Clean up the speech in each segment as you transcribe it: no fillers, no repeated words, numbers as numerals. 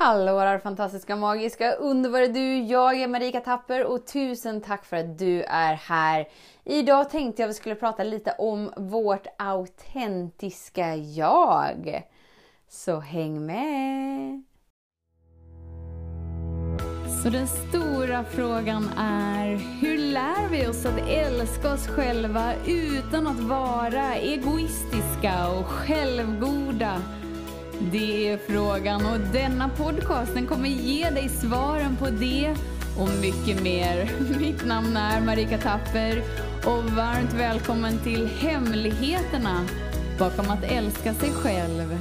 Hallå där fantastiska, magiska, underbara du. Jag är Marika Tapper och tusen tack för att du är här. Idag tänkte jag att vi skulle prata lite om vårt autentiska jag. Så häng med! Så den stora frågan är, hur lär vi oss att älska oss själva utan att vara egoistiska och självgoda? Det är frågan och denna podcasten kommer ge dig svaren på det och mycket mer. Mitt namn är Marika Tapper och varmt välkommen till hemligheterna bakom att älska sig själv.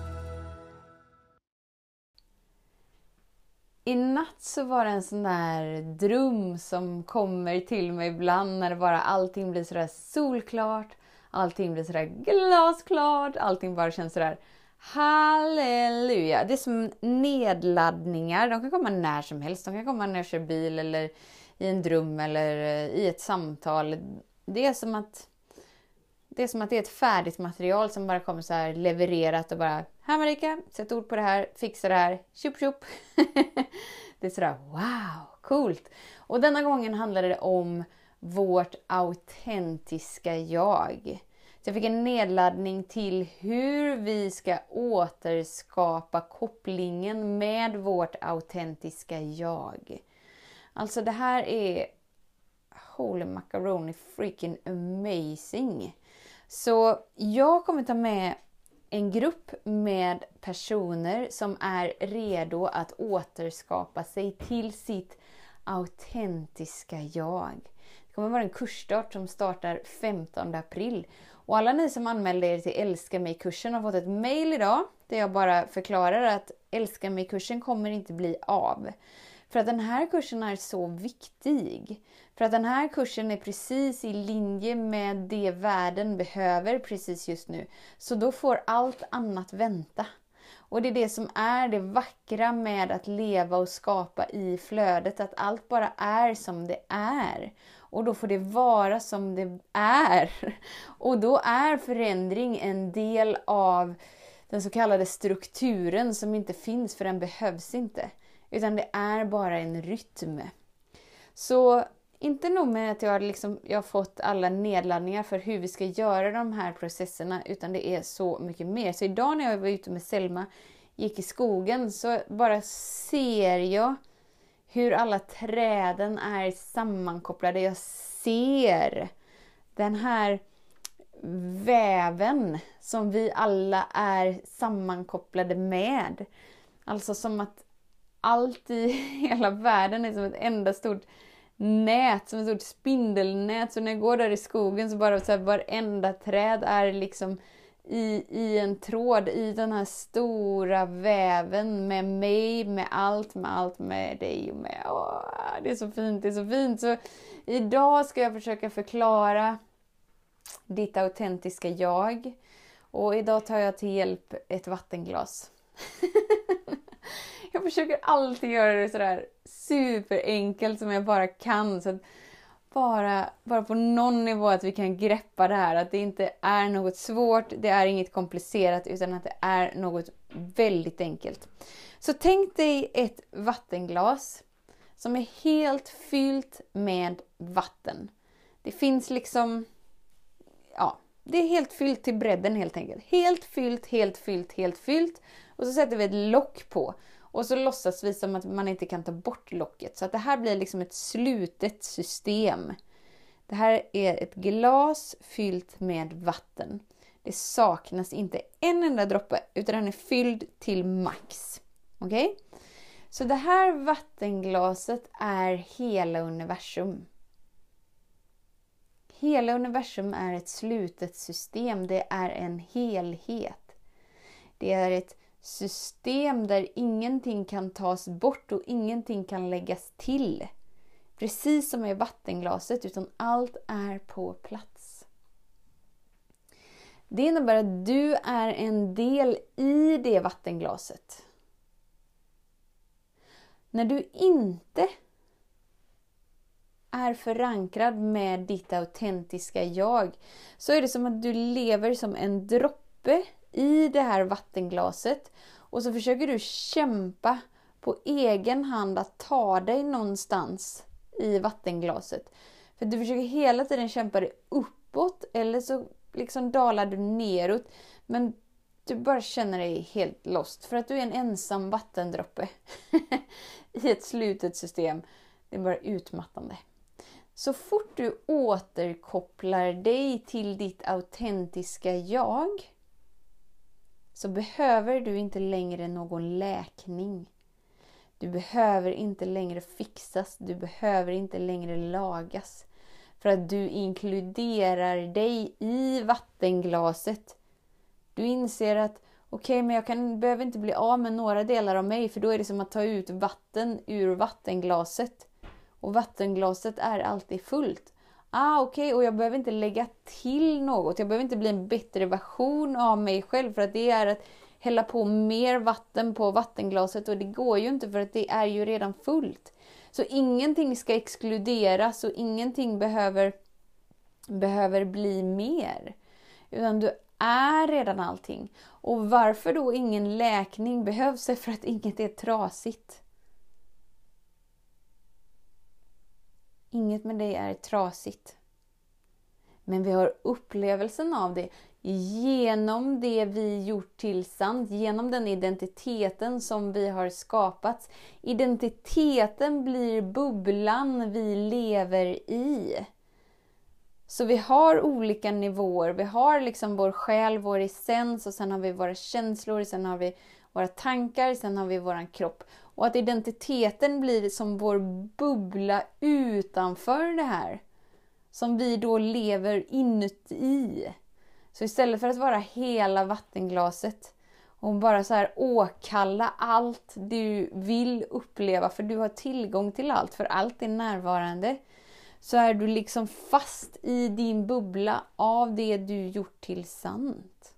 I natt så var det en sån där dröm som kommer till mig ibland när det bara allting blir sådär solklart, allting blir sådär glasklart, allting bara känns sådär halleluja. Det är som nedladdningar, de kan komma när som helst, de kan komma när jag kör bil eller i en dröm eller i ett samtal. Det är som att det är ett färdigt material som bara kommer så här levererat och bara, här Marika, sätt ord på det här, fixa det här, tjup tjup. Det är sådär, wow, coolt. Och denna gången handlade det om vårt autentiska jag. Så jag fick en nedladdning till hur vi ska återskapa kopplingen med vårt autentiska jag. Alltså det här är holy macaroni freaking amazing. Så jag kommer ta med en grupp med personer som är redo att återskapa sig till sitt autentiska jag. Det kommer vara en kursstart som startar 15 april. Och alla ni som anmälde er till Älska mig-kursen har fått ett mejl idag där jag bara förklarar att Älska mig-kursen kommer inte bli av. För att den här kursen är så viktig. För att den här kursen är precis i linje med det världen behöver precis just nu. Så då får allt annat vänta. Och det är det som är det vackra med att leva och skapa i flödet. Att allt bara är som det är. Och då får det vara som det är. Och då är förändring en del av den så kallade strukturen som inte finns, för den behövs inte. Utan det är bara en rytm. Så inte nog med att jag har fått alla nedladdningar för hur vi ska göra de här processerna. Utan det är så mycket mer. Så idag när jag var ute med Selma, gick i skogen, så bara ser jag hur alla träden är sammankopplade. Jag ser den här väven som vi alla är sammankopplade med. Alltså som att allt i hela världen är som ett enda stort nät, som ett stort spindelnät. Så när jag går där i skogen så bara så här, varenda träd är liksom i en tråd i den här stora väven med mig, med allt med dig och med. Det är så fint, det är så fint. Så idag ska jag försöka förklara ditt autentiska jag. Och idag tar jag till hjälp ett vattenglas. Jag försöker alltid göra det sådär superenkelt som jag bara kan. Så att bara på någon nivå att vi kan greppa det här. Att det inte är något svårt, det är inget komplicerat, utan att det är något väldigt enkelt. Så tänk dig ett vattenglas som är helt fyllt med vatten. Det finns liksom, det är helt fyllt till bredden helt enkelt. Helt fyllt. Och så sätter vi ett lock på. Och så låtsas vi som att man inte kan ta bort locket. Så att det här blir liksom ett slutet system. Det här är ett glas fyllt med vatten. Det saknas inte en enda droppe, utan den är fylld till max. Okej? Så det här vattenglaset är hela universum. Hela universum är ett slutet system. Det är en helhet. Det är ett system där ingenting kan tas bort och ingenting kan läggas till. Precis som i vattenglaset, utan allt är på plats. Det innebär att du är en del i det vattenglaset. När du inte är förankrad med ditt autentiska jag, så är det som att du lever som en droppe i det här vattenglaset. Och så försöker du kämpa på egen hand att ta dig någonstans i vattenglaset. För du försöker hela tiden kämpa dig uppåt eller så liksom dalar du neråt. Men du bara känner dig helt lost för att du är en ensam vattendroppe i ett slutet system. Det är bara utmattande. Så fort du återkopplar dig till ditt autentiska jag så behöver du inte längre någon läkning. Du behöver inte längre fixas. Du behöver inte längre lagas. För att du inkluderar dig i vattenglaset. Du inser att okej, men jag behöver inte bli av med några delar av mig. För då är det som att ta ut vatten ur vattenglaset. Och vattenglaset är alltid fullt. Okej, och jag behöver inte lägga till något. Jag behöver inte bli en bättre version av mig själv. För att det är att hälla på mer vatten på vattenglaset. Och det går ju inte för att det är ju redan fullt. Så ingenting ska exkluderas och ingenting behöver bli mer. Utan du är redan allting. Och varför då ingen läkning behövs är för att inget är trasigt. Inget med dig är trasigt. Men vi har upplevelsen av det genom det vi gjort till sant. Genom den identiteten som vi har skapat. Identiteten blir bubblan vi lever i. Så vi har olika nivåer. Vi har liksom vår själ, vår essens och sen har vi våra känslor. Sen har vi våra tankar, sen har vi våran kropp. Och att identiteten blir som vår bubbla utanför det här. Som vi då lever inuti. Så istället för att vara hela vattenglaset och bara så här åkalla allt du vill uppleva. För du har tillgång till allt, för allt är närvarande. Så är du liksom fast i din bubbla av det du gjort till sant.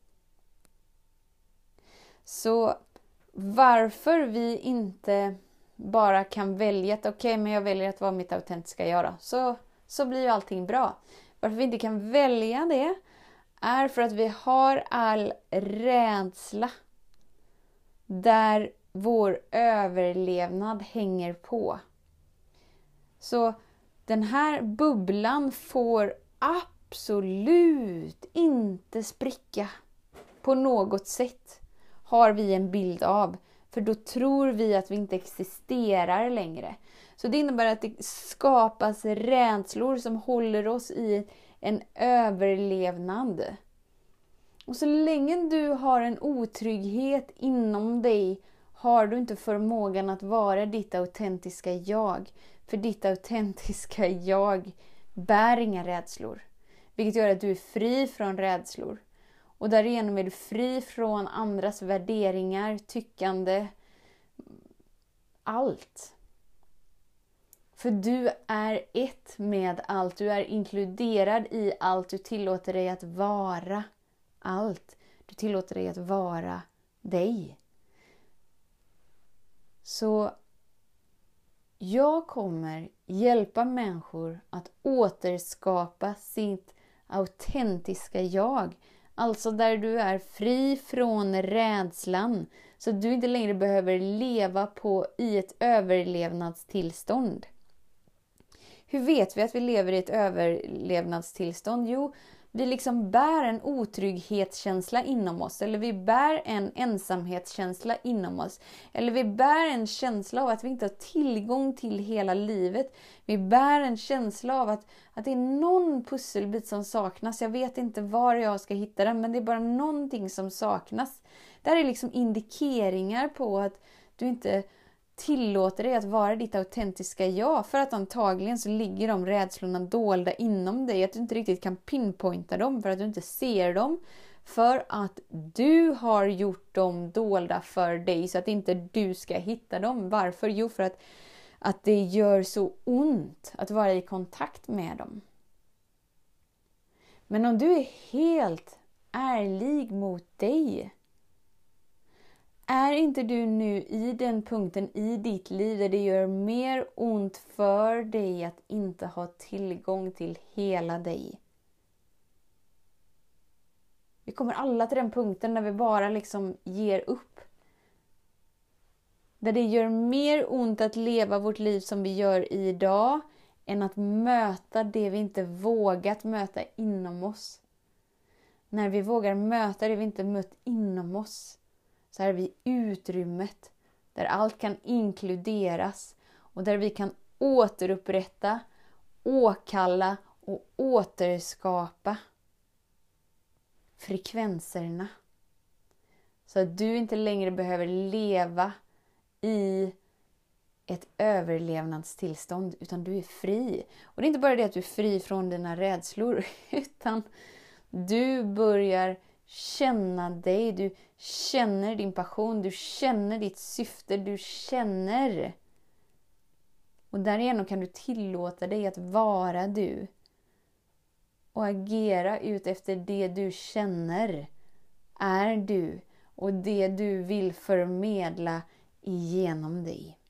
Så varför vi inte bara kan välja att okej, men jag väljer att vara mitt autentiska jag då. Så blir ju allting bra. Varför vi inte kan välja det är för att vi har all rädsla där vår överlevnad hänger på. Så den här bubblan får absolut inte spricka på något sätt. Har vi en bild av. För då tror vi att vi inte existerar längre. Så det innebär att det skapas rädslor som håller oss i en överlevnad. Och så länge du har en otrygghet inom dig har du inte förmågan att vara ditt autentiska jag. För ditt autentiska jag bär inga rädslor. Vilket gör att du är fri från rädslor. Och därigenom är du fri från andras värderingar, tyckande, allt. För du är ett med allt. Du är inkluderad i allt. Du tillåter dig att vara allt. Du tillåter dig att vara dig. Så jag kommer hjälpa människor att återskapa sitt autentiska jag. Alltså där du är fri från rädslan. Så att du inte längre behöver leva i ett överlevnadstillstånd. Hur vet vi att vi lever i ett överlevnadstillstånd? Jo, vi liksom bär en otrygghetskänsla inom oss. Eller vi bär en ensamhetskänsla inom oss. Eller vi bär en känsla av att vi inte har tillgång till hela livet. Vi bär en känsla av att det är någon pusselbit som saknas. Jag vet inte var jag ska hitta den, men det är bara någonting som saknas. Det här är liksom indikeringar på att du inte tillåter dig att vara ditt autentiska jag. För att antagligen så ligger de rädslorna dolda inom dig. Att du inte riktigt kan pinpointa dem för att du inte ser dem. För att du har gjort dem dolda för dig så att inte du ska hitta dem. Varför? Jo, för att det gör så ont att vara i kontakt med dem. Men om du är helt ärlig mot dig, är inte du nu i den punkten i ditt liv där det gör mer ont för dig att inte ha tillgång till hela dig? Vi kommer alla till den punkten när vi bara liksom ger upp. För det gör mer ont att leva vårt liv som vi gör idag än att möta det vi inte vågat möta inom oss. När vi vågar möta det vi inte mött inom oss, så är vi utrymmet där allt kan inkluderas och där vi kan återupprätta, åkalla och återskapa frekvenserna. Så att du inte längre behöver leva i ett överlevnadstillstånd, utan du är fri. Och det är inte bara det att du är fri från dina rädslor, utan du börjar känna dig, du känner din passion, du känner ditt syfte, du känner. Och därigenom kan du tillåta dig att vara du. Och agera ut efter det du känner är du. Och det du vill förmedla igenom dig.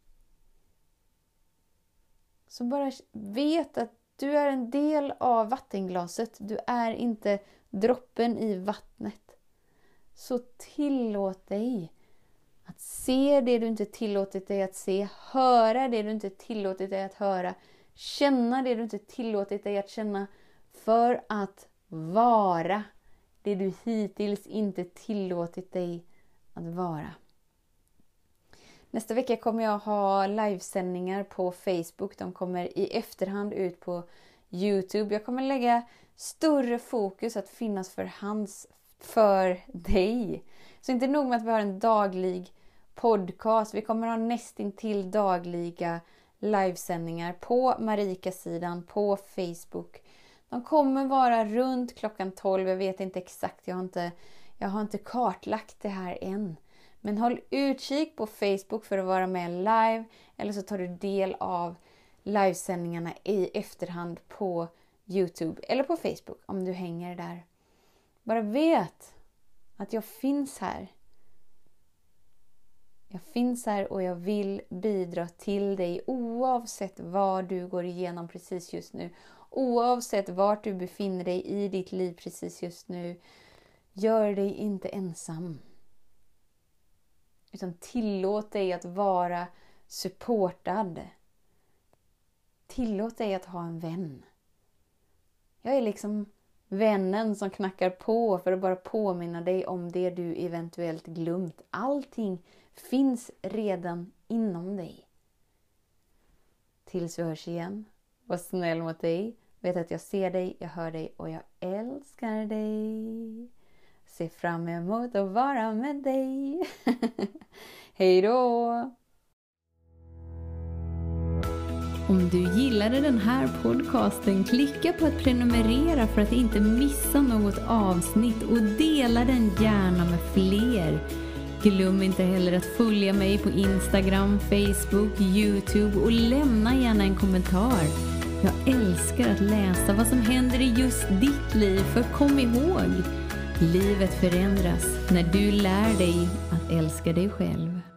Så bara vet att du är en del av vattenglaset. Du är inte droppen i vattnet. Så tillåt dig att se det du inte tillåtit dig att se. Höra det du inte tillåtit dig att höra. Känna det du inte tillåtit dig att känna. För att vara det du hittills inte tillåtit dig att vara. Nästa vecka kommer jag ha livesändningar på Facebook. De kommer i efterhand ut på YouTube. Jag kommer lägga större fokus att finnas för hands för dig. Så inte nog med att vi har en daglig podcast. Vi kommer ha nästintill dagliga livesändningar på Marika-sidan på Facebook. De kommer vara runt klockan 12. Jag vet inte exakt. Jag har inte kartlagt det här än. Men håll utkik på Facebook för att vara med live. Eller så tar du del av livesändningarna i efterhand på YouTube. Eller på Facebook om du hänger där. Bara vet att jag finns här. Jag finns här och jag vill bidra till dig oavsett vad du går igenom precis just nu. Oavsett vart du befinner dig i ditt liv precis just nu. Gör dig inte ensam. Utan tillåt dig att vara supportad. Tillåt dig att ha en vän. Jag är liksom vännen som knackar på för att bara påminna dig om det du eventuellt glömt. Allting finns redan inom dig. Tills vi hörs igen. Var snäll mot dig. Vet att jag ser dig, jag hör dig och jag älskar dig. Se fram emot att vara med dig. Hej då! Om du gillade den här podcasten, klicka på att prenumerera för att inte missa något avsnitt och dela den gärna med fler. Glöm inte heller att följa mig på Instagram, Facebook, YouTube och lämna gärna en kommentar. Jag älskar att läsa vad som händer i just ditt liv, för kom ihåg, livet förändras när du lär dig att älska dig själv.